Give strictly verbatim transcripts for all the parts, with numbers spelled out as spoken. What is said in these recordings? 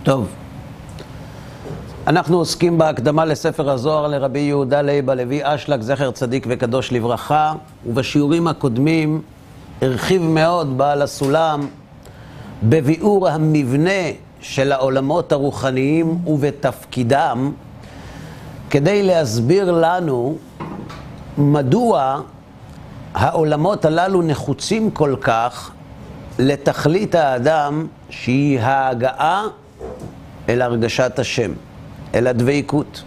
טוב, אנחנו עוסקים בהקדמה לספר הזוהר לרבי יהודה לייב הלוי אשלג, זכר צדיק וקדוש לברכה, ובשיעורים הקודמים הרחיב מאוד בעל הסולם בביאור המבנה של העולמות הרוחניים ובתפקידם, כדי להסביר לנו מדוע העולמות הללו נחוצים כל כך לתכלית האדם, שהיא ההגעה אל הרגשת השם, אל הדבקות.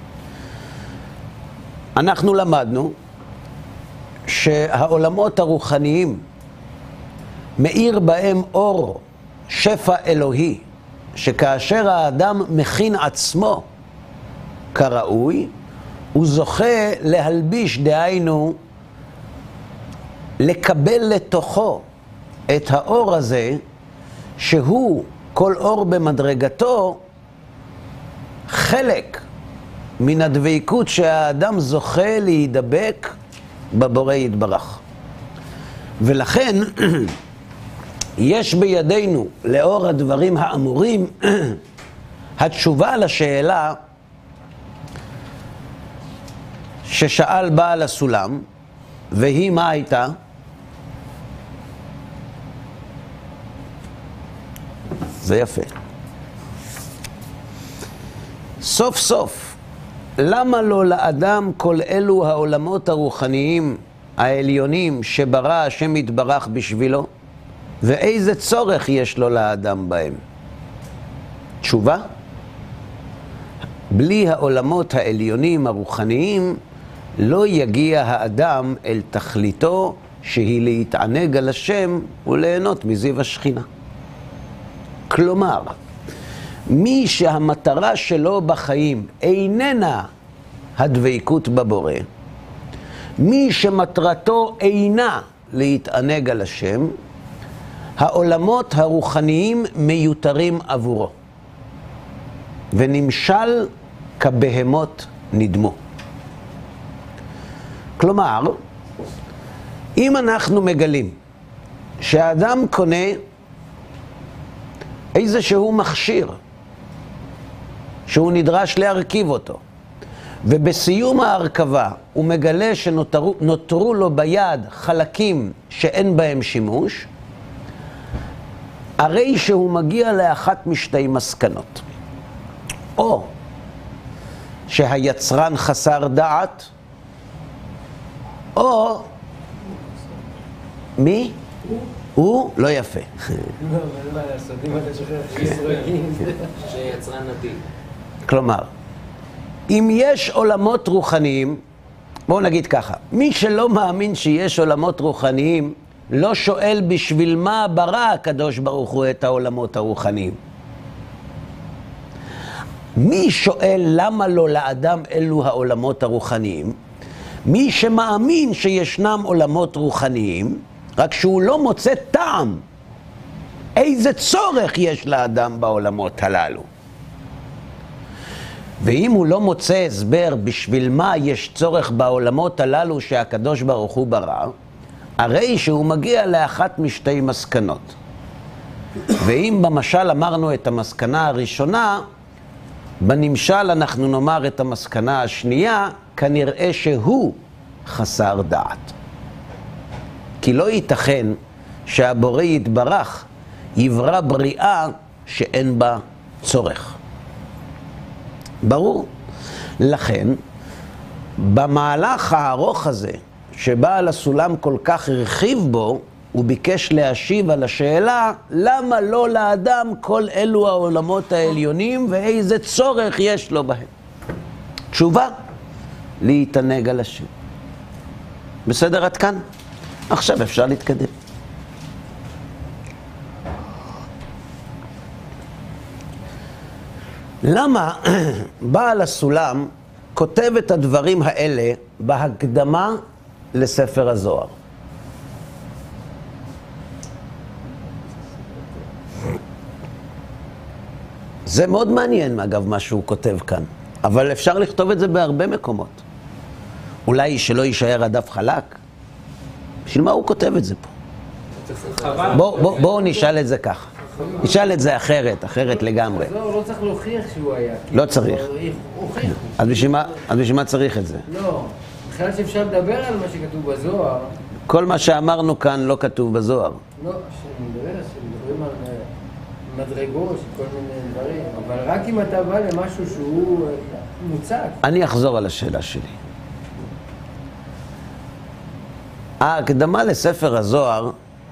אנחנו למדנו שהעולמות הרוחניים מאיר בהם אור שפע אלוהי, שכאשר האדם מכין עצמו כראוי, הוא זוכה להלביש, דהיינו לקבל לתוכו את האור הזה, שהוא כל אור במדרגתו, חלק מן הדבקות שהאדם זוכה להידבק בבורא יתברך. ולכן יש בידינו, לאור הדברים האמורים, התשובה לשאלה ששאל בעל הסולם, והיא מה הייתה? זה יפה. סוף סוף, למה לא לאדם כל אלו העולמות הרוחניים העליונים שברא השם יתברך בשבילו, ואיזה צורך יש לו לאדם בהם? תשובה, בלי העולמות העליונים הרוחניים לא יגיע האדם אל תכליתו, שהיא להתענג על השם וליהנות מזיו השכינה. כלומר, מי שהמטרה שלו בחיים איננה הדבקות בבורא, מי שמטרתו אינה להתענג על השם, העולמות הרוחניים מיותרים עבורו, ונמשל כבהמות נדמו. כלומר, אם אנחנו מגלים שהאדם קונה איזשהו מכשיר שהוא נדרש להרכיב אותו, ובסיום ההרכבה הוא מגלה שנותרו לו ביד חלקים שאין בהם שימוש, הרי שהוא מגיע לאחת משתי מסקנות. או שהיצרן חסר דעת, או מי? הוא לא יפה. שיצרן נתיב. כלומר, אם יש עולמות רוחניים, בואו נגיד ככה, מי שלא מאמין שיש עולמות רוחניים, לא שואל בשביל מה ברא הקדוש ברוך הוא את העולמות הרוחניים. מי שואל למה לא לאדם אלו העולמות הרוחניים? מי שמאמין שישנם עולמות רוחניים, רק שהוא לא מוצא טעם איזה צורך יש לאדם בעולמות הללו. ואם הוא לא מוצא הסבר בשביל מה יש צורך בעולמות הללו שהקדוש ברוך הוא ברא, הרי שהוא מגיע לאחת משתי מסקנות. ואם במשל אמרנו את המסקנה הראשונה, בנמשל אנחנו נאמר את המסקנה השנייה, כנראה שהוא חסר דעת. כי לא ייתכן שהבורא יתברך יברא בריאה שאין בה צורך. ברור. לכן, במהלך הארוך הזה, שבעל הסולם כל כך הרחיב בו, הוא ביקש להשיב על השאלה, למה לא לאדם כל אלו העולמות העליונים, ואיזה צורך יש לו בהם? תשובה, להתענג על השם. בסדר עד כאן? עכשיו אפשר להתקדם. למה בעל הסולם כותב את הדברים האלה בהקדמה לספר הזוהר? זה מאוד מעניין, אגב, מה שהוא כותב כאן. אבל אפשר לכתוב את זה בהרבה מקומות. אולי שלא יישאר הדף חלק? בשביל מה הוא כותב את זה פה? בואו בוא, בוא נשאל את זה ככה. נשאל את זה אחרת, אחרת לגמרי. הזוהר לא צריך להוכיח שהוא היה. לא צריך. הוכיח. אז בשביל מה צריך את זה? לא, בכלל שאפשר לדבר על מה שכתוב בזוהר. כל מה שאמרנו כאן לא כתוב בזוהר. לא, שאני מדבר, שמדברים על מדרגות, כל מיני דברים, אבל רק אם אתה בא למשהו שהוא מוצק. אני אחזור על השאלה שלי. ההקדמה לספר הזוהר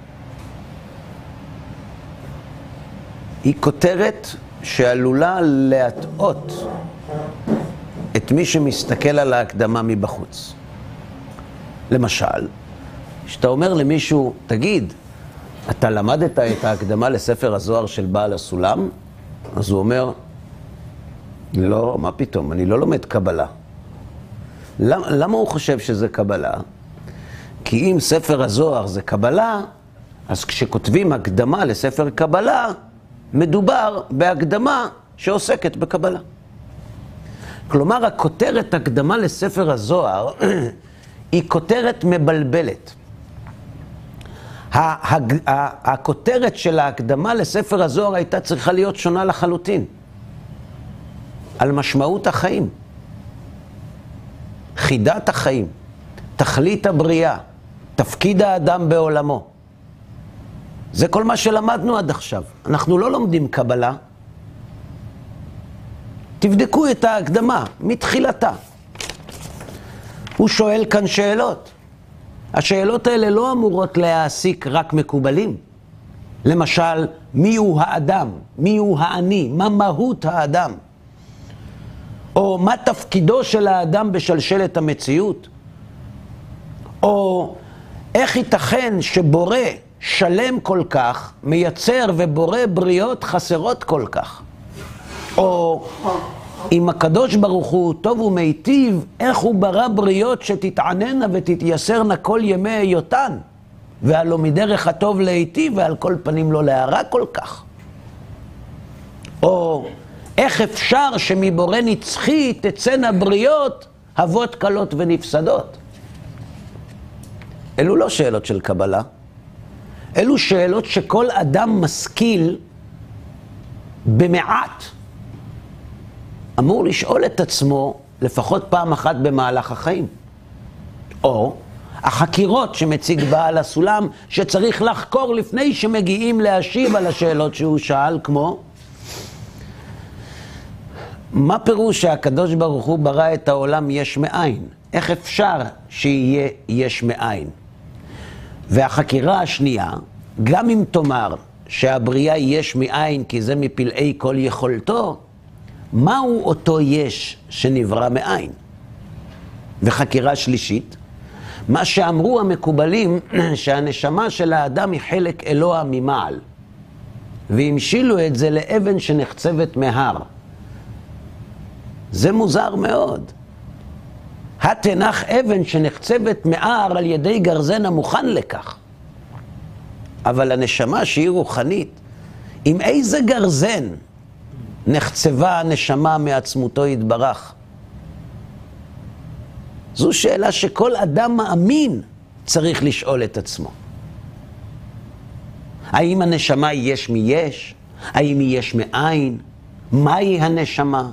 היא כותרת שעלולה להטעות את מי שמסתכל על ההקדמה מבחוץ. למשל, כשאתה אומר למישהו, תגיד, אתה למדת את ההקדמה לספר הזוהר של בעל הסולם? אז הוא אומר, לא, מה פתאום, אני לא לומד קבלה. למה, למה הוא חושב שזה קבלה? כי אם ספר הזוהר זה קבלה, אז כשכותבים הקדמה לספר קבלה, מדובר בהקדמה שעוסקת בקבלה. כלומר, הכותרת הקדמה לספר הזוהר היא כותרת מבלבלת. הכותרת של ההקדמה לספר הזוהר הייתה צריכה להיות שונה לחלוטין. על משמעות החיים, חידת החיים, תכלית הבריאה, תפקיד האדם בעולמו. זה כל מה שלמדנו עד עכשיו. אנחנו לא לומדים קבלה. תבדקו את ההקדמה מתחילתה. הוא שואל כאן שאלות. השאלות האלה לא אמורות להעסיק רק מקובלים. למשל, מי הוא האדם? מי הוא האני? מה מהות האדם? או מה תפקידו של האדם בשלשלת המציאות? או איך ייתכן שבורא שלם כל כך מייצר ובורא בריות חסרות כל כך? או אם הקדוש ברוך הוא טוב ומיטיב, איך הוא ברא בריות שתתעננה ותתייסרנה כל ימי היותן, והלא מדרך הטוב להיטיב ועל כל פנים לא להרע כל כך? או איך אפשר שמבורא נצחי תצאנה בריות הוות קלות ונפסדות? אלו לא שאלות של קבלה, אלו שאלות שכל אדם משכיל במעט אמור לשאול את עצמו לפחות פעם אחת במהלך החיים. או החקירות שמציג בעל הסולם שצריך לחקור לפני שמגיעים להשיב על השאלות שהוא שאל, כמו מה פירוש שהקדוש ברוך הוא ברא את העולם יש מאין? איך אפשר שיהיה יש מאין? והחקירה השנייה, גם אם תאמר שהבריאה יש מאין כי זה מפלאי כל יכולתו, מהו אותו יש שנברא מאין? וחקירה שלישית, מה שאמרו המקובלים שהנשמה של האדם היא חלק אלוה ממעל, והמשילו את זה לאבן שנחצבת מהר. זה מוזר מאוד. התנח אבן שנחצבת מהר על ידי גרזן המוכן לכך. אבל הנשמה שהיא רוחנית, עם איזה גרזן נחצבה הנשמה מעצמותו יתברך? זו שאלה שכל אדם מאמין צריך לשאול את עצמו. האם הנשמה יש מיש? האם היא יש מאין? מהי הנשמה?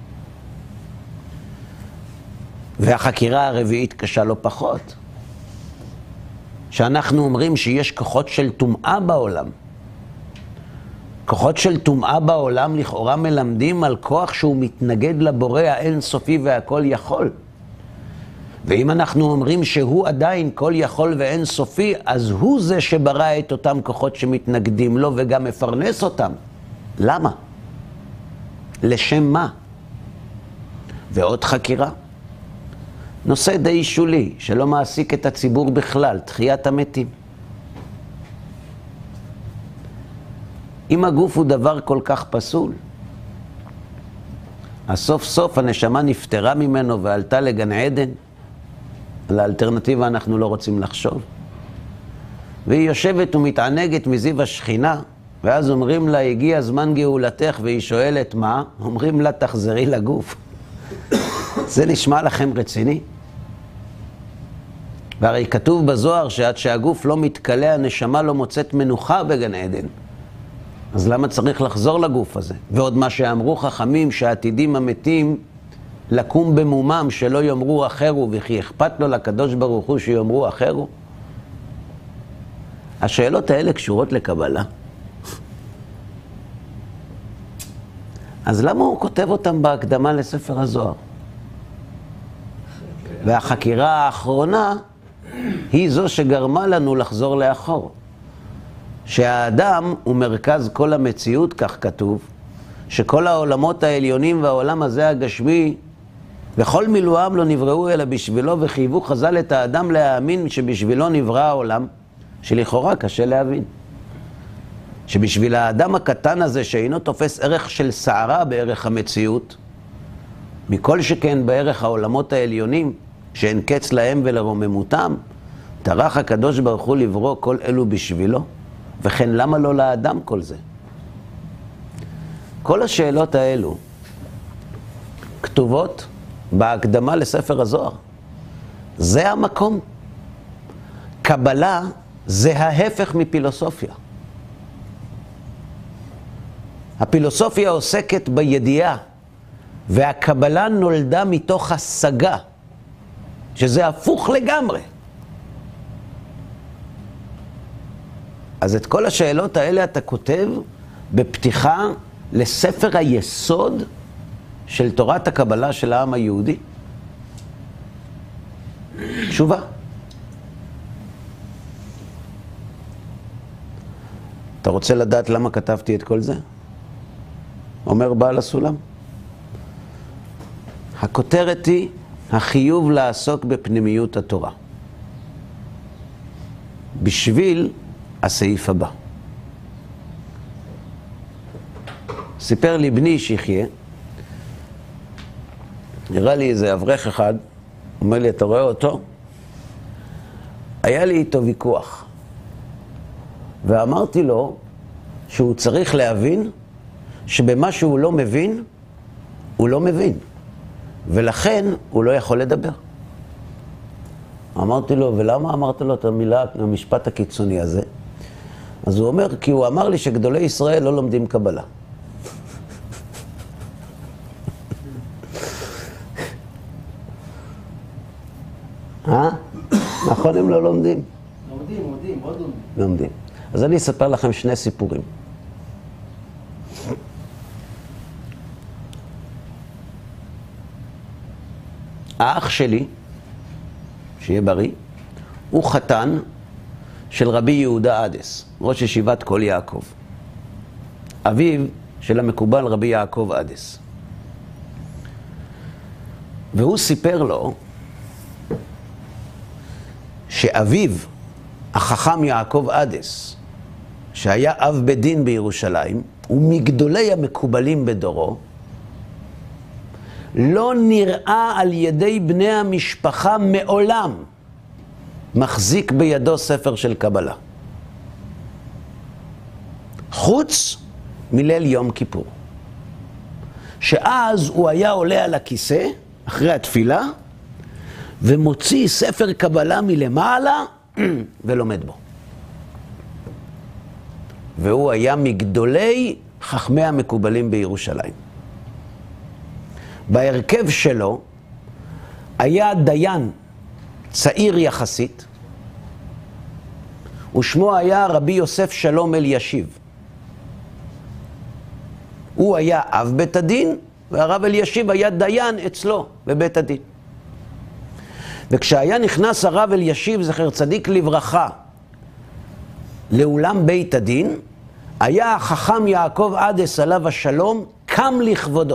והחקירה הרביעית קשה לא פחות. שאנחנו אומרים שיש כוחות של טומאה בעולם. כוחות של טומאה בעולם לכאורה מלמדים על כוח שהוא מתנגד לבורא האינסופי והכל יכול. ואם אנחנו אומרים שהוא עדיין כל יכול ואין סופי, אז הוא זה שברא את אותם כוחות שמתנגדים לו וגם מפרנס אותם. למה? לשם מה? ועוד חקירה. נושא די שולי, שלא מעסיק את הציבור בכלל, תחיית המתים. אם הגוף הוא דבר כל כך פסול, אז סוף סוף הנשמה נפטרה ממנו ועלתה לגן עדן, על האלטרנטיבה אנחנו לא רוצים לחשוב. והיא יושבת ומתענגת מזיו השכינה, ואז אומרים לה, הגיע זמן גאולתך, והיא שואלת מה? אומרים לה, תחזרי לגוף. זה נשמע לכם רציני? והרי כתוב בזוהר שעד שהגוף לא מתקלה, הנשמה לא מוצאת מנוחה בגן עדן. אז למה צריך לחזור לגוף הזה? ועוד מה שאמרו חכמים, שהעתידים המתים לקום במומם, שלא יאמרו אחרו, וכי אכפת לו לקדוש ברוך הוא שיאמרו אחרו? השאלות האלה קשורות לקבלה. אז למה הוא כותב אותם בהקדמה לספר הזוהר? והחקירה האחרונה היא זו שגרמה לנו לחזור לאחור. שהאדם הוא מרכז כל המציאות, כך כתוב, שכל העולמות העליונים והעולם הזה הגשמי, וכל מילואם לא נבראו אלא בשבילו, וחייבו חז"ל את האדם להאמין שבשבילו נברא העולם, שלכאורה קשה להבין. שבשביל האדם הקטן הזה שאינו תופס ערך של שערה בערך המציאות, מכל שכן בערך העולמות העליונים, שאין קץ להם ולרוממותם, טרח הקדוש ברוך הוא לברוא כל אלו בשבילו, וכן למה לא לאדם כל זה? כל השאלות האלו כתובות בהקדמה לספר הזוהר. זה המקום. קבלה זה ההפך מפילוסופיה. הפילוסופיה עוסקת בידיעה, והקבלה נולדה מתוך השגה, שזה הפוך לגמרי. אז את כל השאלות האלה אתה כותב בפתיחה לספר היסוד של תורת הקבלה של העם היהודי. תשובה. אתה רוצה לדעת למה כתבתי את כל זה? אומר בעל הסולם. הכותרת היא החיוב לעסוק בפנימיות התורה. בשביל הסעיף הבא. סיפר לי בני שיחיה, נראה לי איזה אברך אחד, אומר לי, אתה רואה אותו? היה לי איתו ויכוח. ואמרתי לו שהוא צריך להבין שבמה שהוא לא מבין, הוא לא מבין. ולכן הוא לא יכול לדבר. אמרתי לו, ולמה אמרת לו את המילה, המשפט הקיצוני הזה? אז הוא אומר, כי הוא אמר לי שגדולי ישראל לא לומדים קבלה. אה? נכון הם לא לומדים? לומדים, לומדים, מאוד לומדים. לומדים. אז אני אספר לכם שני סיפורים. האח שלי, שיהיה בריא, הוא חתן של רבי יהודה עדס, ראש ישיבת כל יעקב. אביו של המקובל רבי יעקב עדס. והוא סיפר לו שאביו, החכם יעקב עדס, שהיה אב בית דין בירושלים, ומגדולי המקובלים בדורו, לא נראה על ידי בני המשפחה מעולם מחזיק בידו ספר של קבלה. חוץ מליל יום כיפור. שאז הוא היה עולה על הכיסא אחרי התפילה, ומוציא ספר קבלה מלמעלה ולומד בו. והוא היה מגדולי חכמי המקובלים בירושלים. בהרכב שלו היה דיין צעיר יחסית, ושמו היה רבי יוסף שלום אלישיב. הוא היה אב בית הדין, והרב אלישיב היה דיין אצלו בבית הדין. וכשהיה נכנס הרב אלישיב, זכר צדיק לברכה, לאולם בית הדין, היה החכם יעקב עדס עליו השלום קם לכבודו.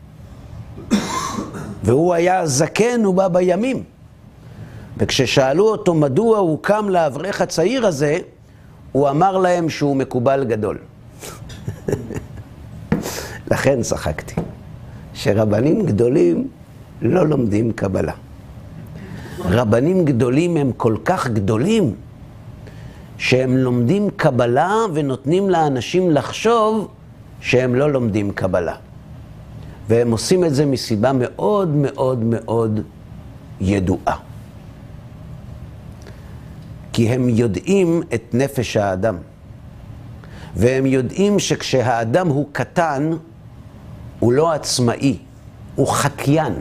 והוא היה זקן ובא בימים. וכששאלו אותו מדוע הוא קם לאברך הצעיר הזה, הוא אמר להם שהוא מקובל גדול. לכן צחקתי, שרבנים גדולים לא לומדים קבלה. רבנים גדולים הם כל כך גדולים, שהם לומדים קבלה ונותנים לאנשים לחשוב שהם לא לומדים קבלה. והם עושים את זה מסיבה מאוד מאוד מאוד ידועה. כי הם יודעים את נפש האדם. והם יודעים שכשהאדם הוא קטן, הוא לא עצמאי, הוא חקיין.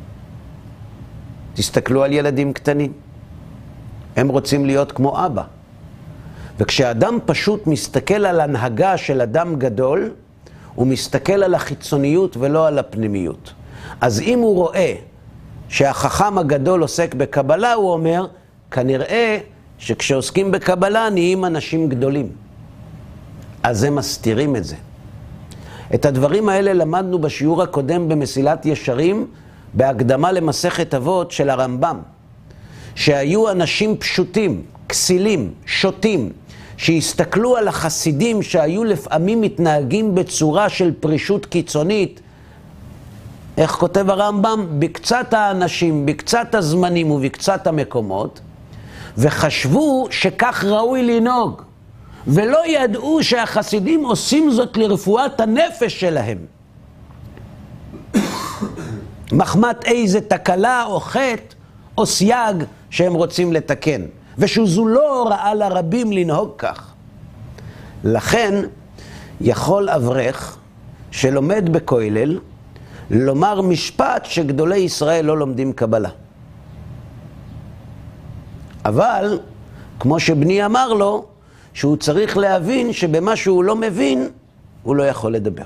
תסתכלו על ילדים קטנים. הם רוצים להיות כמו אבא. וכשאדם פשוט מסתכל על הנהגה של אדם גדול, הוא מסתכל על החיצוניות ולא על הפנימיות. אז אם הוא רואה שהחכם הגדול עוסק בקבלה, הוא אומר, כנראה שכשעוסקים בקבלה נהיים אנשים גדולים. אז הם מסתירים את זה. את הדברים האלה למדנו בשיעור הקודם במסילת ישרים, בהקדמה למסכת אבות של הרמב"ם. שהיו אנשים פשוטים, כסילים, שוטים, שהסתכלו על החסידים שהיו לפעמים מתנהגים בצורה של פרישות קיצונית. איך כותב הרמב"ם? בקצת האנשים, בקצת הזמנים ובקצת המקומות, וחשבו שכך ראוי לנהוג, ולא ידעו שהחסידים עושים זאת לרפואת הנפש שלהם. מחמת איזה תקלה או חטא או סייג שהם רוצים לתקן, ושזו לא הוראה לרבים לנהוג כך. לכן יכול אברך שלומד בכולל לומר משפט שגדולי ישראל לא לומדים קבלה. אבל כמו שבני אמר לו, שהוא צריך להבין שבמה שהוא לא מבין, הוא לא יכול לדבר.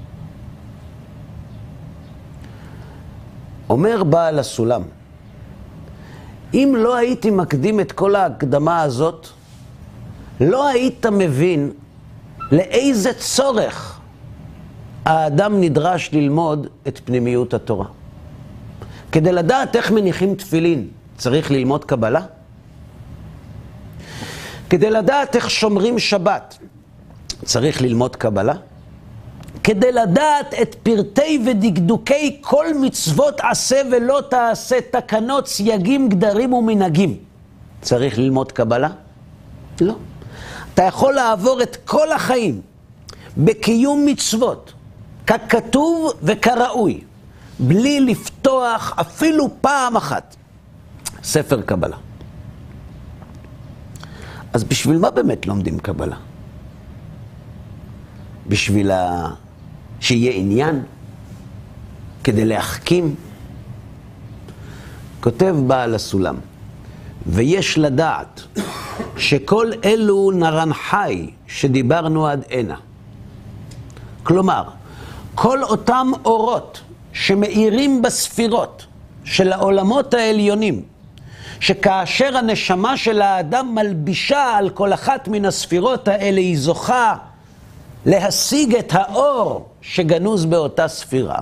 אומר בעל הסולם, אם לא הייתי מקדים את כל ההקדמה הזאת, לא היית מבין לאיזה צורך האדם נדרש ללמוד את פנימיות התורה. כדי לדעת איך מניחים תפילין, צריך ללמוד קבלה? כדי לדעת איך שומרים שבת, צריך ללמוד קבלה? כדי לדעת את פרטי ודקדוקי כל מצוות עשה ולא תעשה, תקנות, סייגים, גדרים ומנהגים, צריך ללמוד קבלה? לא. אתה יכול לעבור את כל החיים בקיום מצוות, ככתוב וכראוי, בלי לפתוח אפילו פעם אחת ספר קבלה. אז בשביל מה באמת לומדים קבלה? בשביל ה... שיהיה עניין? כדי להחכים? כותב בעל הסולם, ויש לדעת שכל אלו נרן חי שדיברנו עד הנה. כלומר, כל אותם אורות שמאירים בספירות של העולמות העליונים, שכאשר הנשמה של האדם מלבישה על כל אחת מן הספירות האלה, היא זוכה להשיג את האור שגנוז באותה ספירה,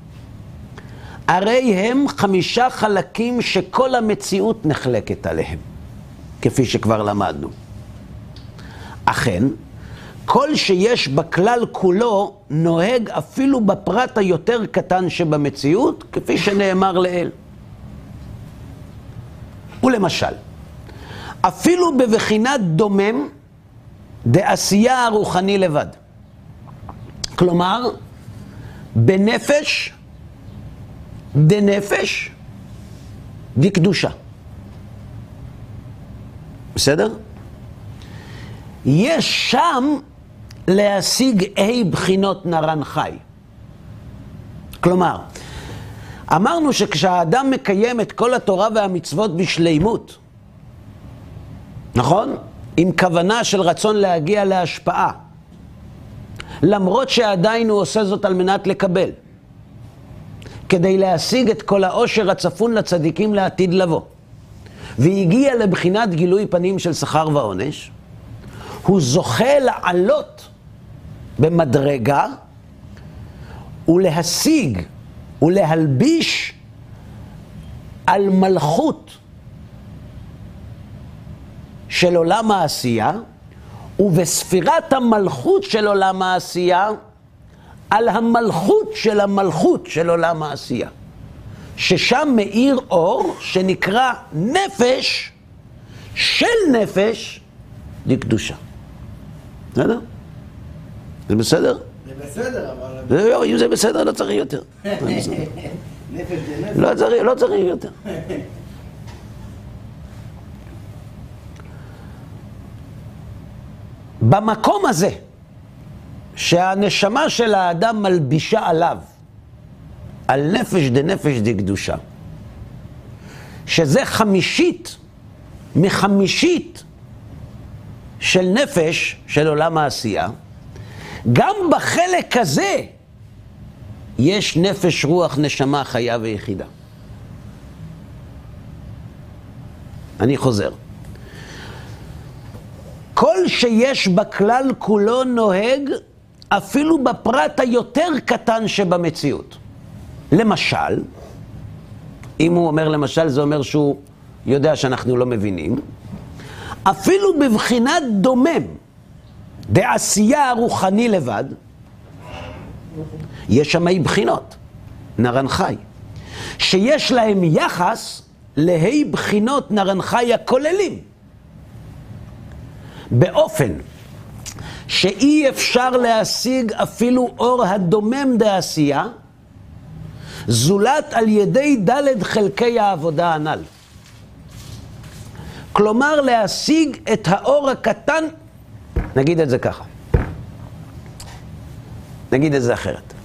הרי הם חמישה חלקים שכל המציאות נחלקת עליהם, כפי שכבר למדנו. אכן, כל שיש בכלל כולו נוהג אפילו בפרט היותר קטן שבמציאות, כפי שנאמר לאל. ולמשל, אפילו בבחינת דומם דעשייה הרוחני לבד. כלומר, בנפש, דנפש, דקדושה. בסדר? יש שם להשיג אי בחינות נרן חי. כלומר, אמרנו שכשהאדם מקיים את כל התורה והמצוות בשלימות, נכון? עם כוונה של רצון להגיע להשפעה, למרות שעדיין הוא עושה זאת על מנת לקבל, כדי להשיג את כל העושר הצפון לצדיקים לעתיד לבוא, והגיע לבחינת גילוי פנים של שכר ועונש, הוא זוכה לעלות במדרגה ולהשיג ולהלביש על מלכות של עולם העשייה, ובספירת המלכות של עולם העשייה על המלכות של המלכות של עולם העשייה, ששם מאיר אור שנקרא נפש של נפש לקדושה. בסדר? זה בסדר? זה בסדר, אבל... אם זה בסדר, לא צריך יותר. לא צריך, לא צריך יותר. במקום הזה, שהנשמה של האדם מלבישה עליו, על נפש דנפש דקדושה, שזה חמישית מחמישית של נפש של עולם העשייה, גם בחלק הזה יש נפש, רוח, נשמה, חיה ויחידה. אני חוזר. כל שיש בכלל כולו נוהג אפילו בפרט היותר קטן שבמציאות. למשל, אם הוא אומר למשל, זה אומר שהוא יודע שאנחנו לא מבינים. אפילו בבחינת דומם, בעשייה הרוחני לבד, יש שם בחינות, נרן חי, שיש להם יחס להי בחינות נרן חי הכוללים, באופן שאי אפשר להשיג אפילו אור הדומם דעשייה, זולת על ידי דלת חלקי העבודה הנ"ל. כלומר, להשיג את האור הקטן, נגיד את זה ככה, נגיד את זה אחרת.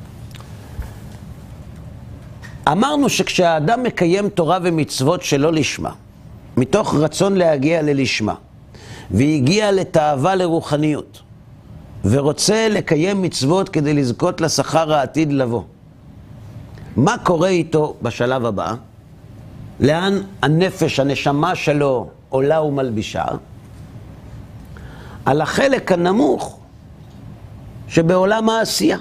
אמרנו שכשהאדם מקיים תורה ומצוות שלא לשמה, מתוך רצון להגיע ללשמה, והגיע לתאווה לרוחניות, ורוצה לקיים מצוות כדי לזכות לשכר העתיד לבוא, מה קורה איתו בשלב הבא? לאן הנפש, הנשמה שלו עולה ומלבישה? על החלק הנמוך שבעולם העשייה.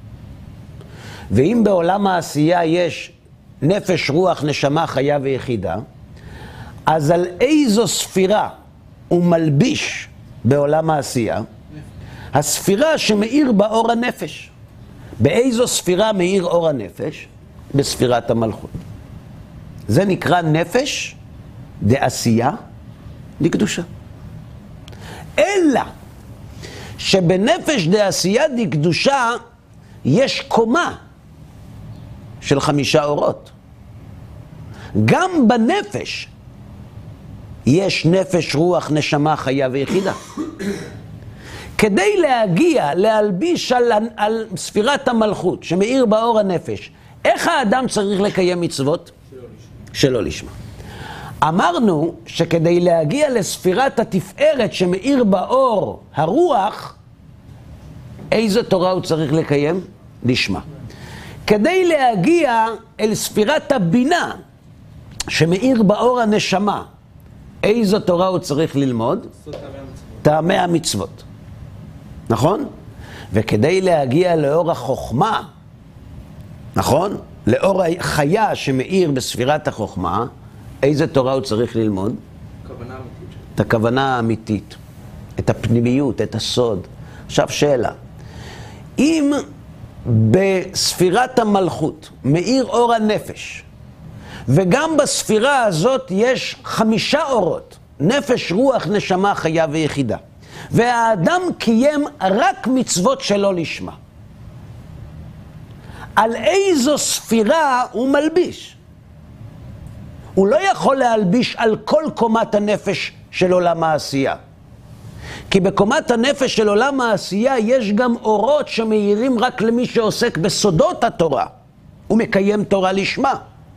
ואם בעולם העשייה יש נפש, רוח, נשמה, חיה ויחידה, אז על איזו ספירה הוא מלביש בעולם העשייה? הספירה שמאיר באור הנפש. באיזו ספירה מאיר אור הנפש? בספירת המלכות. זה נקרא נפש דעשייה דקדושה. אלא שבנפש דעשייה דקדושה יש קומה של חמישה אורות. גם בנפש יש נפש, רוח, נשמה, חיה ויחידה. כדי להגיע, להלביש על, על ספירת המלכות שמאיר באור הנפש, איך האדם צריך לקיים מצוות? שלא לשמה. שלא לשמה. אמרנו שכדי להגיע לספירת התפארת שמאיר באור הרוח, איזו תורה הוא צריך לקיים? לשמה. כדי להגיע אל ספירת הבינה שמאיר באור הנשמה, איזו תורה הוא צריך ללמוד? טעמי המצוות. נכון? וכדי להגיע לאור החוכמה, נכון? לאור החיה שמאיר בספירת החוכמה, איזה תורה הוא צריך ללמוד? הכוונה האמיתית. את הכוונה האמיתית, את הפנימיות, את הסוד. עכשיו שאלה, אם בספירת המלכות מאיר אור הנפש, וגם בספירה הזאת יש חמישה אורות, נפש, רוח, נשמה, חיה ויחידה, והאדם קיים רק מצוות שלא לשמה, על איזו ספירה הוא מלביש? הוא לא יכול להלביש על כל קומת הנפש של עולם העשייה. כי בקומת הנפש של עולם העשייה יש גם אורות שמאירים רק למי שעוסק בסודות התורה. הוא מקיים תורה לשמה.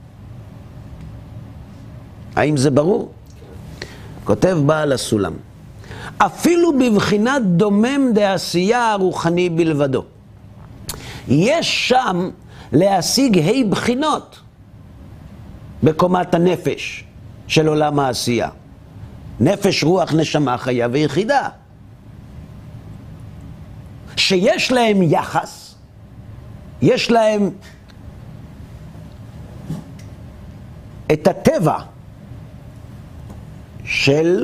האם זה ברור? כותב בעל הסולם. אפילו בבחינת דומם דעשייה הרוחני בלבדו. יש שם להשיג ה' בחינות בקומת הנפש של עולם העשייה. נפש, רוח, נשמה, חיה ויחידה. שיש להם יחס, יש להם את הטבע של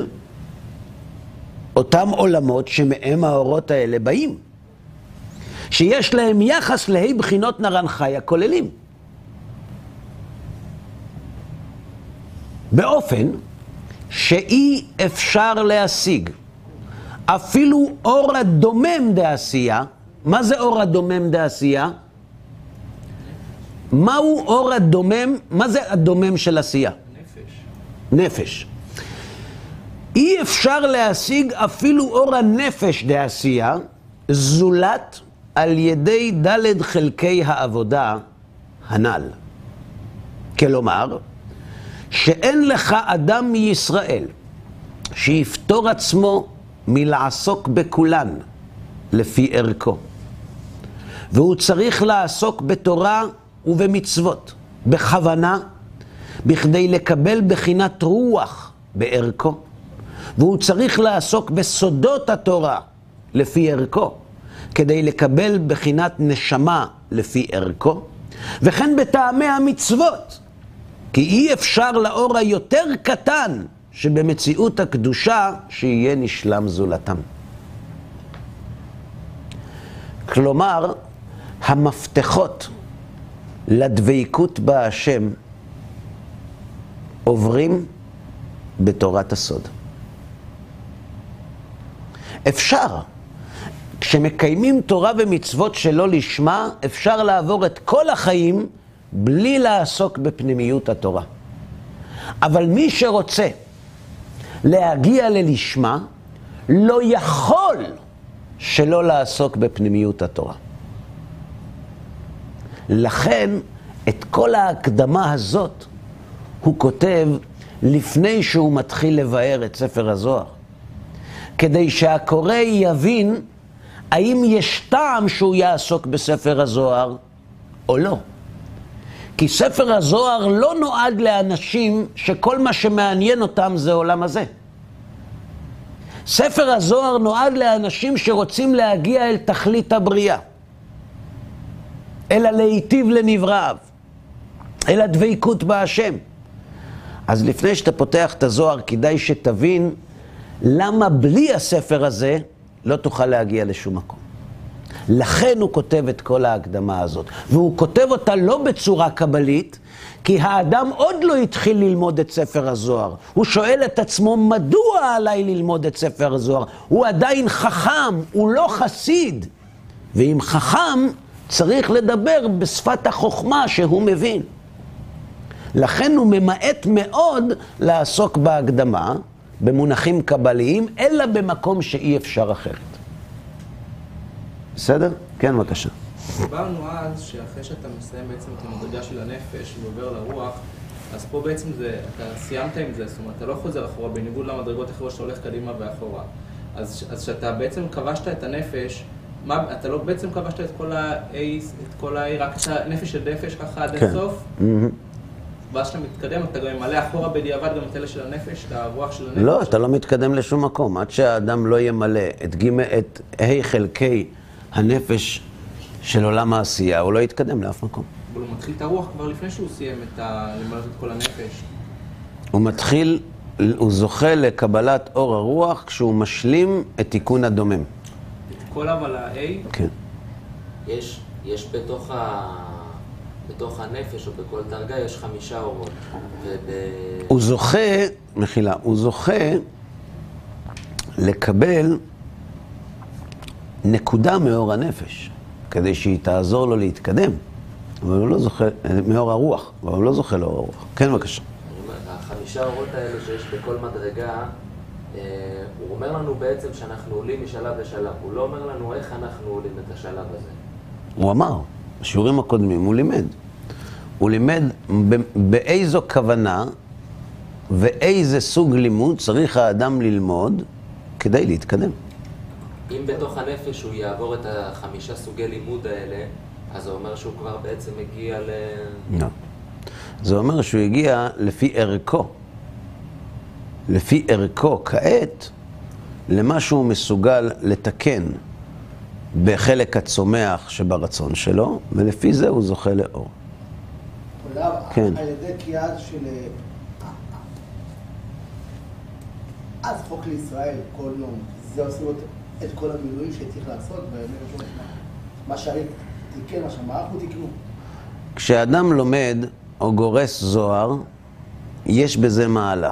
אותם עולמות שמהם האורות האלה באים. שיש להם יחס להי בחינות נרן חי הכוללים. באופן שאי אפשר להשיג אפילו אור הדומם דעשייה. מה זה אור הדומם דעשייה? מהו אור הדומם? מה זה הדומם של עשייה? נפש. נפש. אי אפשר להשיג אפילו אור הנפש דעשייה, זולת על ידי ד' חלקי העבודה הנ"ל. כלומר, שאין לך אדם מישראל שיפטור עצמו מלעסוק בכולן לפי ערכו. והוא צריך לעסוק בתורה ובמצוות, בכוונה, בכדי לקבל בחינת רוח בערכו. והוא צריך לעסוק בסודות התורה לפי ערכו, כדי לקבל בחינת נשמה לפי ערכו, וכן בטעמי המצוות, כי אי אפשר לאור היותר קטן שבמציאות הקדושה שיהיה נשלם זולתם. כלומר, המפתחות לדבקות בהשם עוברים בתורת הסוד. אפשר, כשמקיימים תורה ומצוות שלא לשמה, אפשר לעבור את כל החיים בלי לעסוק בפנימיות התורה. אבל מי שרוצה להגיע ללשמה, לא יכול שלא לעסוק בפנימיות התורה. לכן, את כל ההקדמה הזאת הוא כותב לפני שהוא מתחיל לבאר את ספר הזוהר. כדי שהקורא יבין האם יש טעם שהוא יעסוק בספר הזוהר או לא. כי ספר הזוהר לא נועד לאנשים שכל מה שמעניין אותם זה עולם הזה. ספר הזוהר נועד לאנשים שרוצים להגיע אל תכלית הבריאה, אל הלהיטיב לנבראיו, אל הדבקות בהשם. אז לפני שאתה פותח את הזוהר, כדאי שתבין למה בלי הספר הזה לא תוכל להגיע לשום מקום. לכן הוא כותב את כל ההקדמה הזאת. והוא כותב אותה לא בצורה קבלית, כי האדם עוד לא התחיל ללמוד את ספר הזוהר. הוא שואל את עצמו, מדוע עליי ללמוד את ספר הזוהר? הוא עדיין חכם, הוא לא חסיד. ואם חכם, צריך לדבר בשפת החוכמה שהוא מבין. לכן הוא ממעט מאוד לעסוק בהקדמה, במונחים קבליים, אלא במקום שאי אפשר אחרת. בסדר? כן, בבקשה. דיברנו אז שאחרי שאתה מסיים בעצם את המדרגה של הנפש ועובר לרוח, אז פה בעצם זה, אתה סיימת עם זה, זאת אומרת, אתה לא חוזר אחורה, בניגוד למדרגות אחרות שאתה הולך קדימה ואחורה. אז, אז שאתה בעצם כבשת את הנפש, מה, אתה לא בעצם כבשת את כל ה-A, את כל ה-A, רק את הנפש של נפש ככה עד הסוף? כן. ואז שאתה מתקדם, אתה גם מלא אחורה בדיעבד גם את אלה של הנפש, את הרוח של הנפש? לא, אתה לא מתקדם לשום מקום. עד שהאדם לא ימלא את ג' את ה' חלקי הנפש של עולם העשייה, הוא לא יתקדם לאף מקום. אבל הוא מתחיל את הרוח כבר לפני שהוא סיים את ה... למלא את כל הנפש. הוא מתחיל, הוא זוכה לקבלת אור הרוח כשהוא משלים את תיקון הדומם. את כל אבל ה-A? כן. יש, יש בתוך ה... בתוך הנפש או בכל דרגה יש חמישה אורות. וב... הוא זוכה, מחילה, הוא זוכה לקבל נקודה מאור הנפש, כדי שהיא תעזור לו להתקדם. אבל הוא לא זוכה, מאור הרוח, אבל הוא לא זוכה לאור הרוח. כן, בבקשה. החמישה אורות האלה שיש בכל מדרגה, הוא אומר לנו בעצם שאנחנו עולים משלב לשלב. הוא לא אומר לנו איך אנחנו עולים את השלב הזה. הוא אמר, בשיעורים הקודמים הוא לימד. הוא לימד באיזו כוונה ואיזה סוג לימוד צריך האדם ללמוד כדי להתקדם. אם בתוך הנפש הוא יעבור את החמישה סוגי לימוד האלה, אז זה אומר שהוא כבר בעצם מגיע ל... לא. זה אומר שהוא הגיע לפי ערכו. לפי ערכו כעת, למה שהוא מסוגל לתקן בחלק הצומח שברצון שלו, ולפי זה הוא זוכה לאור. כן. על ידי קריאה של... אז חוק לישראל כל יום, זה עושים את כל המילואים שצריך לעשות, מה שהרי תיקן, מה שהמערכו תיקנו. כשאדם לומד או גורס זוהר, יש בזה מעלה.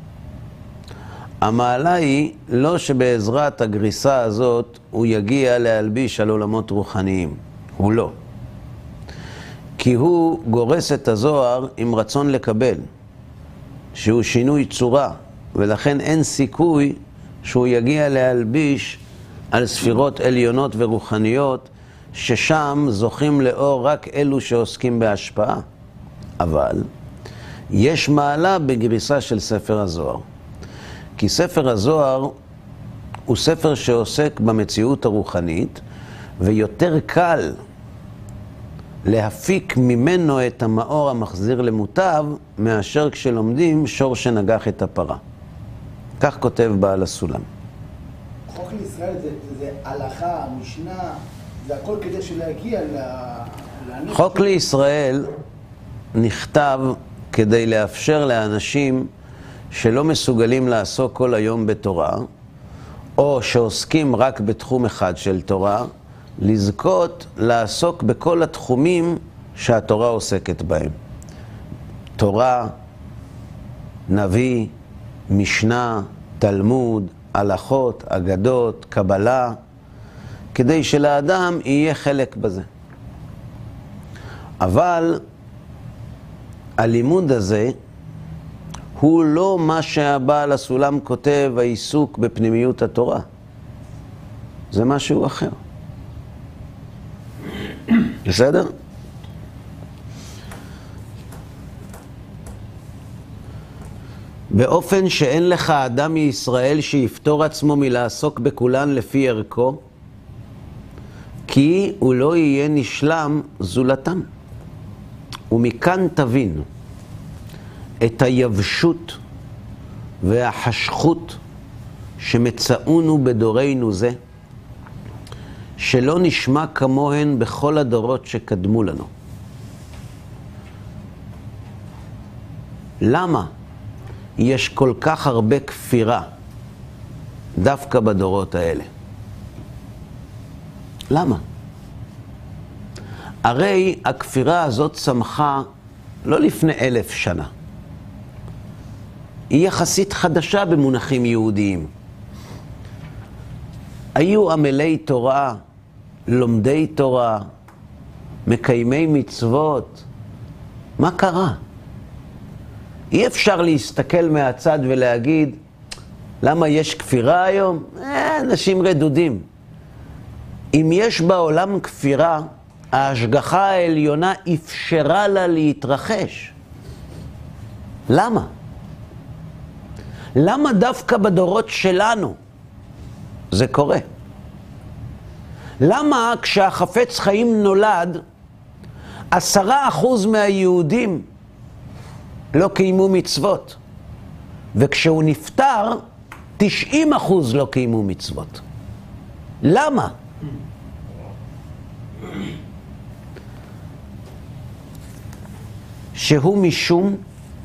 המעלה היא לא שבעזרת הגריסה הזאת הוא יגיע להלביש על עולמות רוחניים. הוא לא. כי הוא גורס את הזוהר עם רצון לקבל, שהוא שינוי צורה, ולכן אין סיכוי שהוא יגיע להלביש על ספירות עליונות ורוחניות, ששם זוכים לאור רק אלו שעוסקים בהשפעה. אבל יש מעלה בגריסה של ספר הזוהר. כי ספר הזוהר הוא ספר שעוסק במציאות הרוחנית, ויותר קל להפיק ממנו את המאור המחזיר למוטב, מאשר כשלומדים שור שנגח את הפרה. כך כותב בעל הסולם. חוק לישראל זה, זה הלכה, משנה, זה הכל כדי שלהגיע ל... חוק לישראל נכתב כדי לאפשר לאנשים שלא מסוגלים לעסוק כל היום בתורה, או שעוסקים רק בתחום אחד של תורה, לזכות לעסוק בכל התחומים שהתורה עוסקת בהם. תורה, נביא, משנה, תלמוד, הלכות, אגדות, קבלה, כדי שלאדם יהיה חלק בזה. אבל הלימוד הזה הוא לא מה שהבעל הסולם כותב, העיסוק בפנימיות התורה. זה משהו אחר. בסדר? באופן שאין לך אדם מישראל שיפטור עצמו מלעסוק בכולן לפי ערכו, כי הוא לא יהיה נשלם זולתם. ומכאן תבין את היבשות והחשכות שמצאונו בדורנו זה, שלא נשמע כמוהן בכל הדורות שקדמו לנו. למה יש כל כך הרבה כפירה דווקא בדורות האלה? למה? הרי הכפירה הזאת צמחה לא לפני אלף שנה. היא יחסית חדשה במונחים יהודיים. היו עמלי תורה, לומדי תורה, מקיימי מצוות. מה קרה? אי אפשר להסתכל מהצד ולהגיד, למה יש כפירה היום? אה, אנשים רדודים. אם יש בעולם כפירה, ההשגחה העליונה אפשרה לה להתרחש. למה? למה דווקא בדורות שלנו זה קורה? למה כשהחפץ חיים נולד, עשרה אחוז מהיהודים לא קיימו מצוות, וכשהוא נפטר, תשעים אחוז לא קיימו מצוות? למה? שהוא משום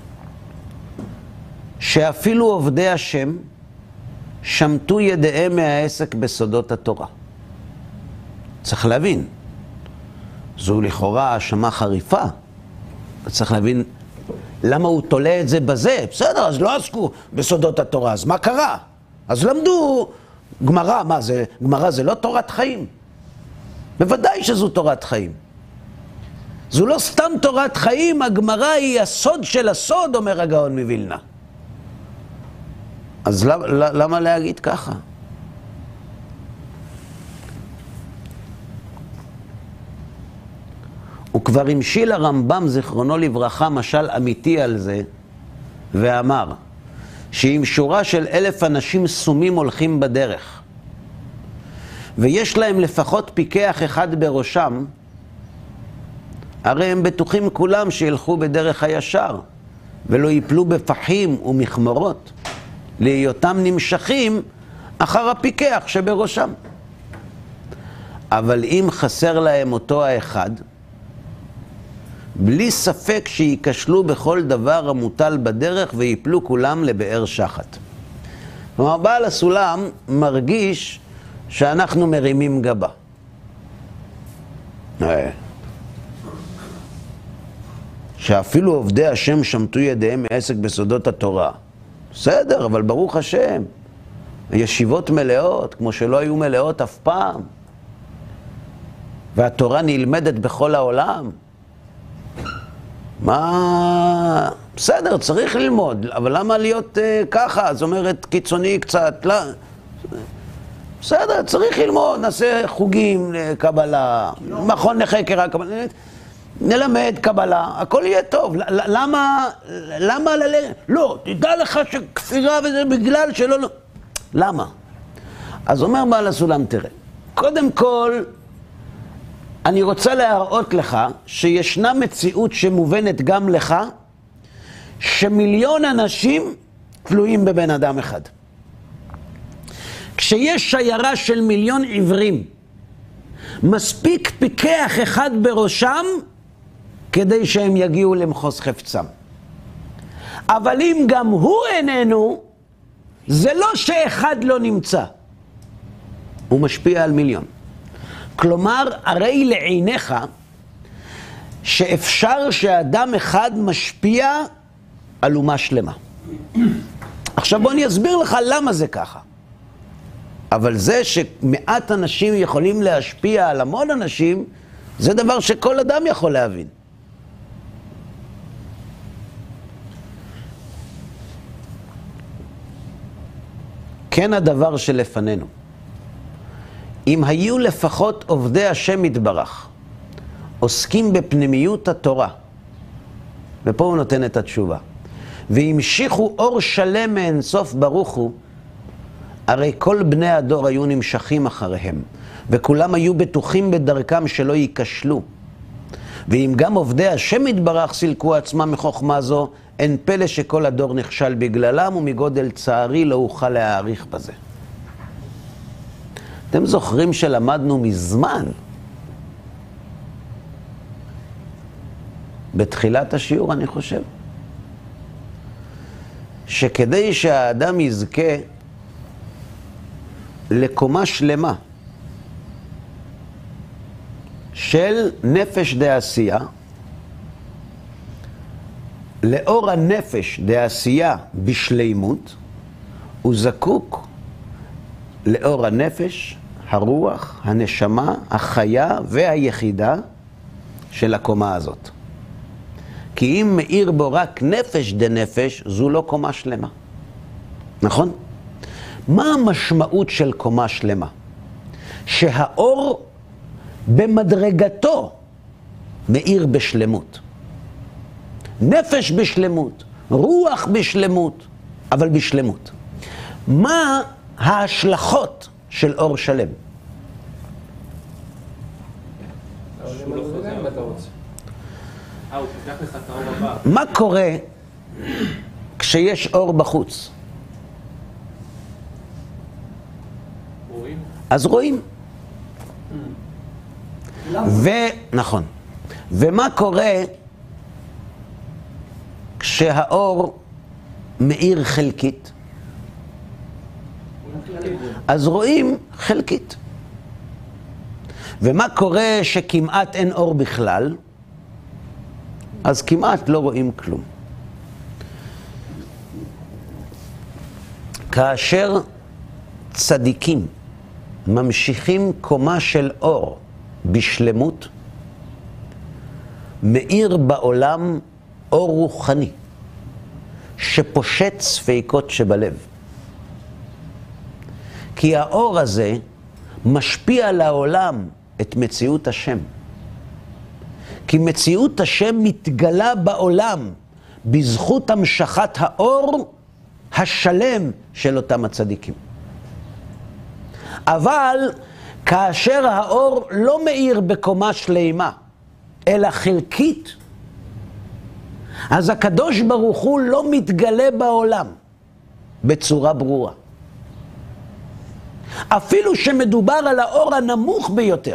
שאפילו עובדי השם שמטו ידיהם מהעסק בסודות התורה. צריך להבין, זו לכאורה האשמה חריפה. צריך להבין למה הוא תולה את זה בזה. בסדר, אז לא עסקו בסודות התורה, אז מה קרה? אז למדו גמרא. מה זה? גמרא זה לא תורת חיים? בוודאי שזו תורת חיים. זו לא סתם תורת חיים, הגמרא היא הסוד של הסוד, אומר הגאון מווילנה. אז למה, למה להגיד ככה? הוא כבר המשיל הרמב"ם זיכרונו לברכה משל אמיתי על זה, ואמר שאם שורה של אלף אנשים סומים הולכים בדרך, ויש להם לפחות פיקח אחד בראשם, הרי הם בטוחים כולם שילכו בדרך הישר, ולא ייפלו בפחים ומחמרות, להיותם נמשכים אחר הפיקח שבראשם. אבל אם חסר להם אותו האחד, בלי ספק שיקשלו בכל דבר המוטל בדרך ויפלו כולם לבאר שחת. כלומר, בעל הסולם מרגיש שאנחנו מרימים גבה. שאפילו עובדי השם שמטו ידיהם מעסק בסודות התורה. בסדר, אבל ברוך השם, הישיבות מלאות, כמו שלא היו מלאות אף פעם. והתורה נלמדת בכל העולם. מה? בסדר, צריך ללמוד, אבל למה להיות uh, ככה? זאת אומרת, קיצוני קצת, לא... בסדר, צריך ללמוד, נעשה חוגים לקבלה, מכון לחקר הקבלה, נלמד קבלה, הכל יהיה טוב. למה, למה ללכת? לא, תדע לך שכפירה וזה בגלל שלא, לא. למה? אז אומר בעל הסולם, תראה, קודם כל, אני רוצה להראות לך שישנה מציאות שמובנת גם לך, שמיליון אנשים תלויים בבן אדם אחד. כשיש שיירה של מיליון עיוורים, מספיק פיקח אחד בראשם כדי שהם יגיעו למחוז חפצם. אבל אם גם הוא איננו, זה לא שאחד לא נמצא. הוא משפיע על מיליון. כלומר, הרי לעיניך שאפשר שאדם אחד משפיע על אומה שלמה. עכשיו בוא אני אסביר לך למה זה ככה. אבל זה שמעט אנשים יכולים להשפיע על המון אנשים, זה דבר שכל אדם יכול להבין. כן הדבר שלפנינו. אם היו לפחות עובדי השם יתברך, עוסקים בפנימיות התורה, ופה הוא נותן את התשובה, והמשיכו אור שלם מאינסוף ברוך הוא, הרי כל בני הדור היו נמשכים אחריהם, וכולם היו בטוחים בדרכם שלא ייכשלו. ואם גם עובדי השם יתברך סילקו עצמם מחוכמה זו, אין פלא שכל הדור נכשל בגללם, ומגודל צערי לא אוכל להעריך בזה. אתם זוכרים שלמדנו מזמן, בתחילת השיעור אני חושב, שכדי שהאדם יזכה לקומה שלמה של נפש דעשייה, לאור הנפש דעשייה בשלימות, הוא זקוק לאור הנפש, הרוח, הנשמה, החיה והיחידה של הקומה הזאת. כי אם מאיר בו רק נפש דנפש, זו לא קומה שלמה. נכון? מה המשמעות של קומה שלמה? שהאור במדרגתו מאיר בשלמות. נפש בשלמות, רוח בשלמות, אבל בשלמות. מה ההשלכות של אור שלם? שהוא לא חוזר אם אתה רוצה. אה, הוא פותח לך את האור הבא. מה קורה כשיש אור בחוץ? רואים? אז רואים. ונכון. ומה קורה כשהאור מאיר חלקית? אז רואים חלקית. ומה קורה שכמעט אין אור בכלל? אז כמעט לא רואים כלום. כאשר צדיקים ממשיכים קומה של אור בשלמות, מאיר בעולם אור רוחני שפושט ספיקות שבלב. כי האור הזה משפיע על העולם את מציאות השם. כי מציאות השם מתגלה בעולם בזכות המשכת האור השלם של אותם הצדיקים. אבל כאשר האור לא מאיר בקומה שלמה, אלא חלקית, אז הקדוש ברוך הוא לא מתגלה בעולם בצורה ברורה. אפילו שמדובר על האור הנמוך ביותר,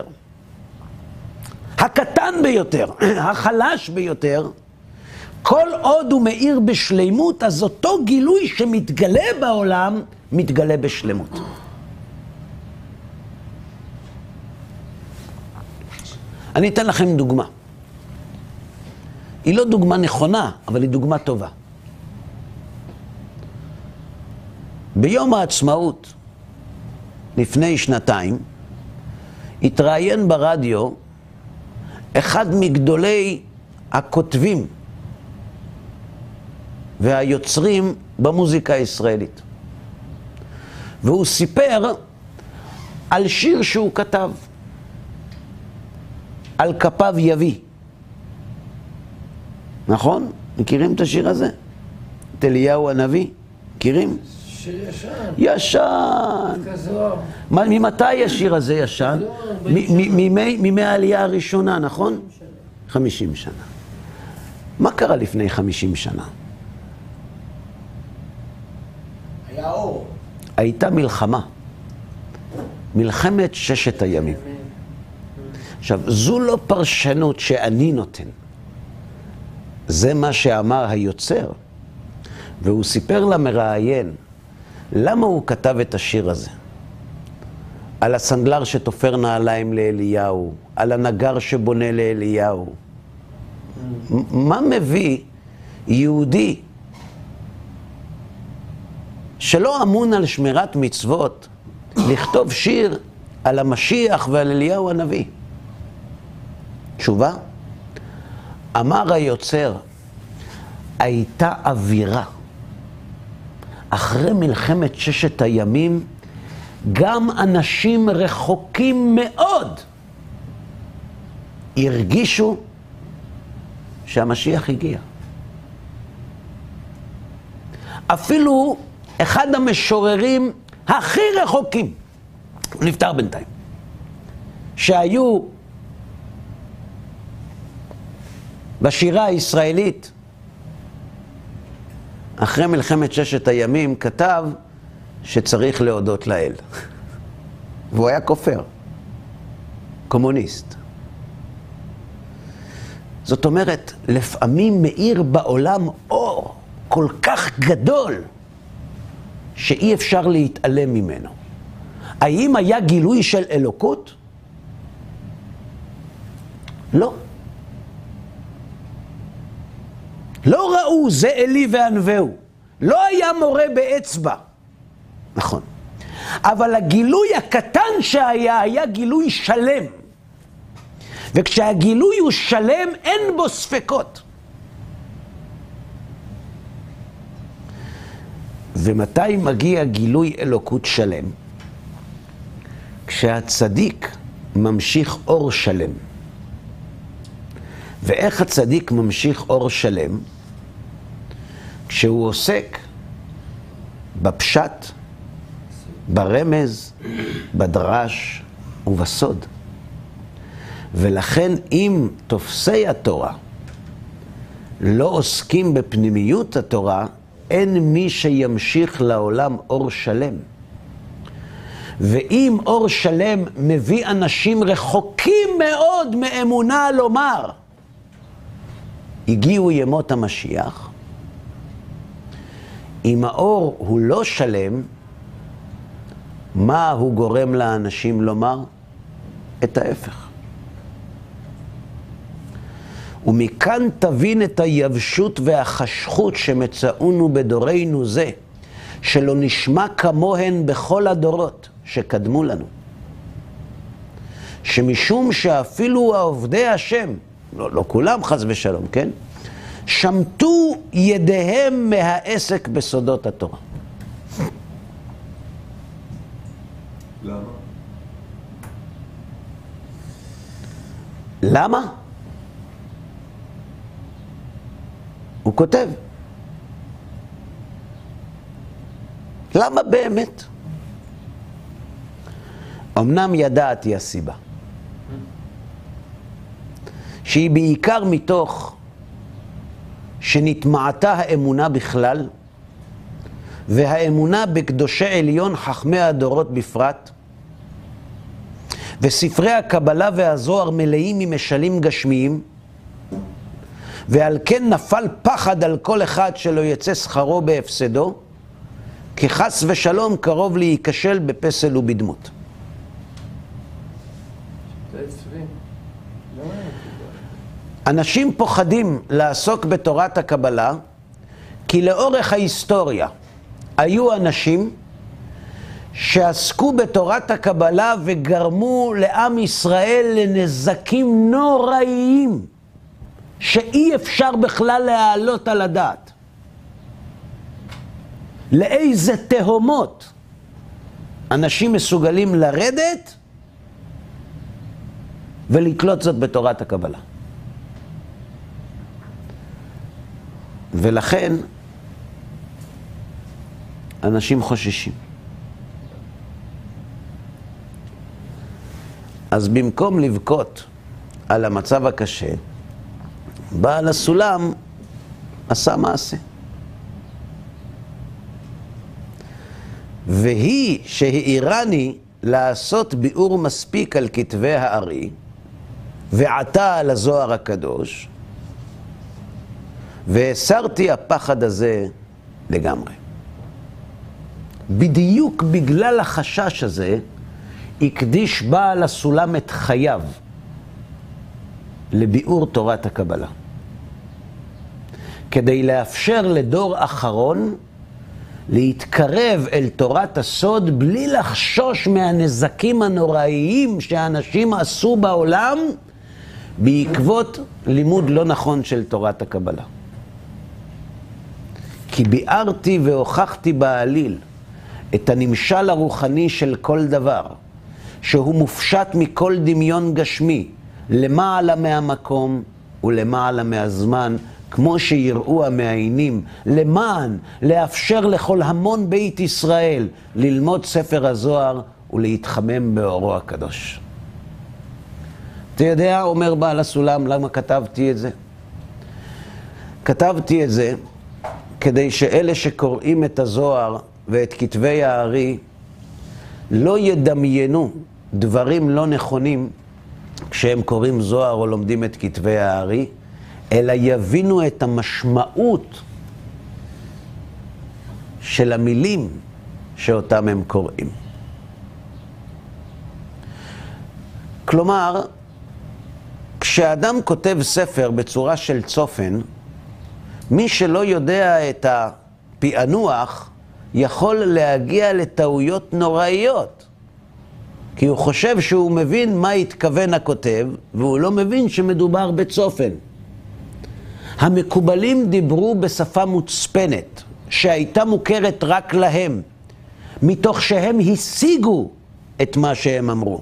הקטן ביותר, החלש ביותר, כל עוד הוא מאיר בשלמות, אז אותו גילוי שמתגלה בעולם, מתגלה בשלמות. אני אתן לכם דוגמה. היא לא דוגמה נכונה, אבל היא דוגמה טובה. ביום העצמאות, לפני שנתיים, התראיין ברדיו אחד מגדולי הכותבים והיוצרים במוזיקה הישראלית. והוא סיפר על שיר שהוא כתב, על כפיו יביא. נכון? מכירים את השיר הזה? את אליהו הנביא? מכירים? שיר ישן. ישן. כזוהר. מה, ממתי השיר הזה ישן? מימי העלייה הראשונה, נכון? חמישים שנה. מה קרה לפני חמישים שנה? היה אור. הייתה מלחמה. מלחמת ששת הימים. עכשיו, זו לא פרשנות שאני נותן. זה מה שאמר היוצר. והוא סיפר למראיין למה הוא כתב את השיר הזה. על הסנדלר שתופר נעליים לאליהו, על הנגר שבונה לאליהו. מה מביא יהודי שלא אמון על שמירת מצוות לכתוב שיר על המשיח ועל אליהו הנביא? תשובה? אמר היוצר, הייתה אווירה. אחרי מלחמת ששת הימים, גם אנשים רחוקים מאוד הרגישו שהמשיח הגיע. אפילו אחד המשוררים הכי רחוקים, הוא נפטר בינתיים, שהיו בשירה הישראלית, אחרי מלחמת ששת הימים, כתב שצריך להודות לאל. והוא היה כופר, קומוניסט. זאת אומרת, לפעמים מאיר בעולם אור כל כך גדול, שאי אפשר להתעלם ממנו. האם היה גילוי של אלוקות? לא. לא ראו זה אלי וענווהו. לא היה מורה באצבע. נכון. אבל הגילוי הקטן שהיה, היה גילוי שלם. וכשהגילוי הוא שלם, אין בו ספקות. ומתי מגיע גילוי אלוקות שלם? כשהצדיק ממשיך אור שלם. ואיך הצדיק ממשיך אור שלם? כשהוא עוסק בפשט, ברמז, בדרש ובסוד. ולכן אם תופסי התורה לא עוסקים בפנימיות התורה, אין מי שימשיך לעולם אור שלם. ואם אור שלם מביא אנשים רחוקים מאוד מאמונה לומר, הגיעו ימות המשיח, אם האור הוא לא שלם, מה הוא גורם לאנשים לומר? את ההפך. ומכאן תבין את היבשות והחשכות שמצאונו בדורנו זה, שלא נשמע כמוהן בכל הדורות שקדמו לנו. שמשום שאפילו העובדי השם, לא, לא כולם חס ושלום, כן? שמטו ידיהם מהעסק בסודות התורה. למה? למה? הוא כותב. למה באמת? אמנם ידעתי הסיבה. שהיא בעיקר מתוך שנטמעתה האמונה בכלל, והאמונה בקדושי עליון חכמי הדורות בפרט, וספרי הקבלה והזוהר מלאים ממשלים גשמיים, ועל כן נפל פחד על כל אחד שלא יצא שכרו בהפסדו, כי חס ושלום קרוב להיכשל בפסל ובדמות. אנשים פוחדים לעסוק בתורת הקבלה, כי לאורך ההיסטוריה היו אנשים שעסקו בתורת הקבלה וגרמו לעם ישראל לנזקים נוראיים, שאי אפשר בכלל להעלות על הדעת. לאיזה תהומות אנשים מסוגלים לרדת ולקלוט זאת בתורת הקבלה. ולכן אנשים חוששים. אז במקום לבכות על המצב הקשה, בעל הסולם עשה מעשה. והיא שהעירני לעשות ביאור מספיק על כתבי הארי, ועתה על הזוהר הקדוש, והסרתי הפחד הזה לגמרי. בדיוק בגלל החשש הזה, הקדיש בעל הסולם את חייו לביאור תורת הקבלה. כדי לאפשר לדור אחרון להתקרב אל תורת הסוד בלי לחשוש מהנזקים הנוראיים שאנשים עשו בעולם בעקבות לימוד לא נכון של תורת הקבלה. כי ביארתי והוכחתי בעליל את הנמשל הרוחני של כל דבר, שהוא מופשט מכל דמיון גשמי, למעלה מהמקום ולמעלה מהזמן, כמו שיראו המעיינים, למען לאפשר לכל המון בית ישראל ללמוד ספר הזוהר ולהתחמם באורו הקדוש. אתה יודע, אומר בעל הסולם, למה כתבתי את זה? כתבתי את זה כדי שאלה שקוראים את הזוהר ואת כתבי הארי לא ידמיינו דברים לא נכונים כשהם קוראים זוהר או לומדים את כתבי הארי, אלא יבינו את המשמעות של המילים שאותם הם קוראים. כלומר, כשאדם כותב ספר בצורה של צופן, מי שלא יודע את הפענוח יכול להגיע לטעויות נוראיות. כי הוא חושב שהוא מבין מה התכוון הכותב, והוא לא מבין שמדובר בצופן. המקובלים דיברו בשפה מוצפנת, שהייתה מוכרת רק להם, מתוך שהם השיגו את מה שהם אמרו.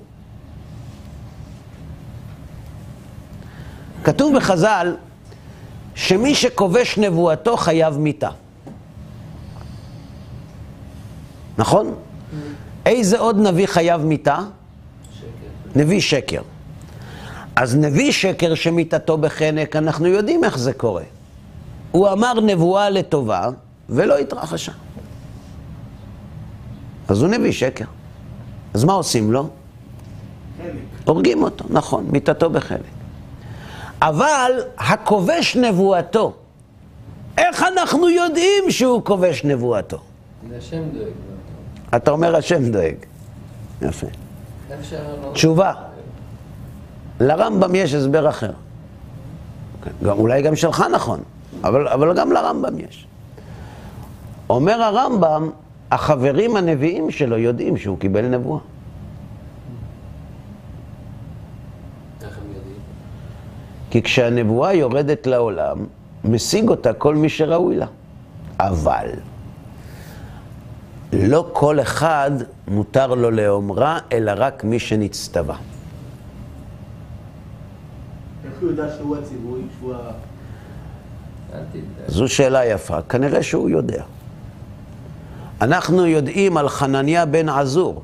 כתוב בחז"ל, שמי שכובש נבואתו חייב מיתה. נכון? Mm. איזה עוד נביא חייב מיתה? שקר. נביא שקר. אז נביא שקר שמיתתו בחנק, אנחנו יודעים איך זה קורה. הוא אמר נבואה לטובה ולא התרחשה. אז הוא נביא שקר. אז מה עושים לו? חלק. הורגים אותו, נכון, מיתתו בחלק. אבל הכובש נבואתו, איך אנחנו יודעים שהוא כובש נבואתו? זה השם דואג. אתה אומר השם דואג. יפה. תשובה. לרמב"ם יש הסבר אחר. גם, אולי גם שלך נכון, אבל, אבל גם לרמב"ם יש. אומר הרמב"ם, החברים הנביאים שלו יודעים שהוא קיבל נבואה. כי כשהנבואה יורדת לעולם, משיג אותה כל מי שראוי לה. אבל לא כל אחד מותר לו לאומרה, אלא רק מי שנצטווה. איך הוא יודע שהוא הציבורי, שהוא ה... זו שאלה יפה. כנראה שהוא יודע. אנחנו יודעים על חנניה בן עזור,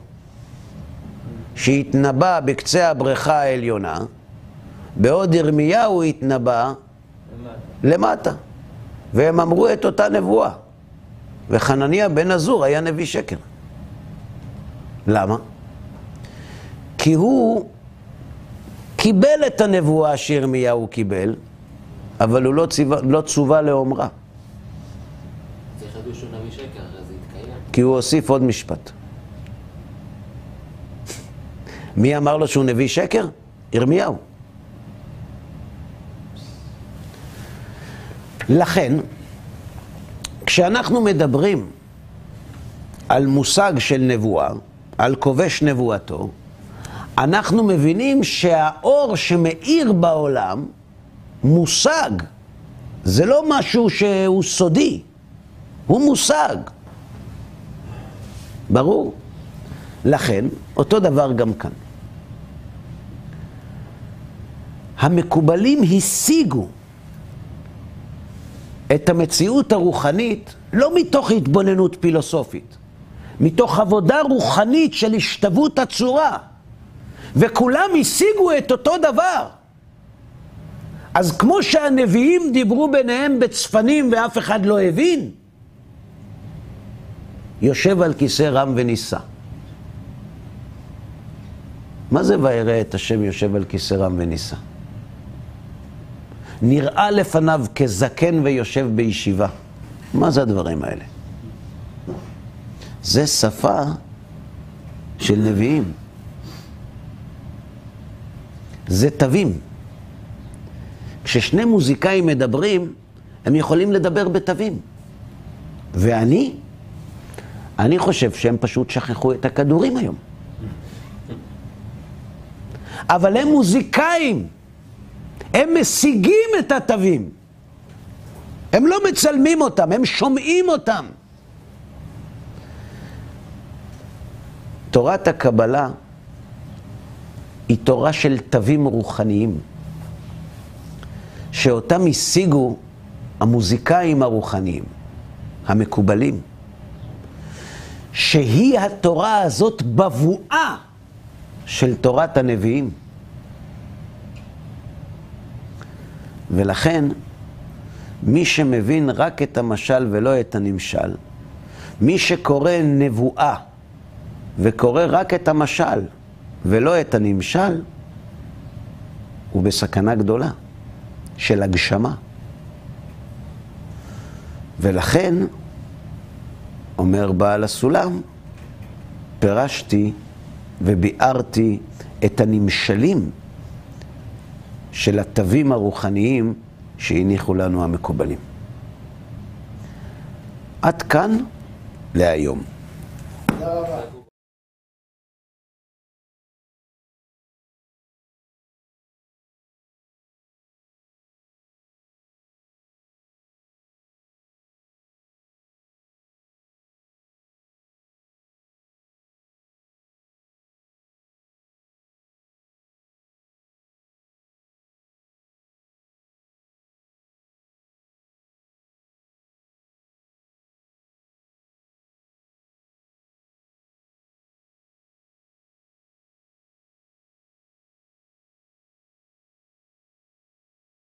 שהתנבא בקצה הבריכה העליונה, בעוד ירמיהו התנבא למטה. והם אמרו את אותה נבואה. וחנניה בן עזור היה נביא שקר. למה? כי הוא קיבל את הנבואה שירמיהו קיבל, אבל הוא לא, ציווה, לא צווה לאומרה. זה יחדו שהוא נביא שקר, אז זה יתקיים. כי הוא הוסיף עוד משפט. מי אמר לו שהוא נביא שקר? ירמיהו. לכן, כשאנחנו מדברים על מושג של נבואה, על כובש נבואתו, אנחנו מבינים שהאור שמאיר בעולם מושג. זה לא משהו שהוא סודי, הוא מושג. ברור. לכן, אותו דבר גם כאן. המקובלים השיגו את המציאות הרוחנית לא מתוך התבוננות פילוסופית, מתוך עבודה רוחנית של השתוות הצורה, וכולם השיגו את אותו דבר. אז כמו שהנביאים דיברו ביניהם בצפנים ואף אחד לא הבין, יושב על כיסא רם ונישא. מה זה וירא את השם יושב על כיסא רם ונישא? נראה לפניו כזקן ויושב בישיבה. מה זה הדברים האלה? זה שפה של נביאים. זה תווים. כששני מוזיקאים מדברים, הם יכולים לדבר בתווים. ואני, אני חושב שהם פשוט שכחו את הכדורים היום. אבל הם מוזיקאים. הם משיגים את התווים. הם לא מצלמים אותם, הם שומעים אותם. תורת הקבלה היא תורה של תווים רוחניים, שאותם השיגו המוזיקאים הרוחניים, המקובלים, שהיא התורה הזאת בבואה של תורת הנביאים. ולכן, מי שמבין רק את המשל ולא את הנמשל, מי שקורא נבואה וקורא רק את המשל ולא את הנמשל, הוא בסכנה גדולה של הגשמה. ולכן, אומר בעל הסולם, פירשתי וביארתי את הנמשלים של התווים הרוחניים שהניחו לנו המקובלים. עד כאן להיום.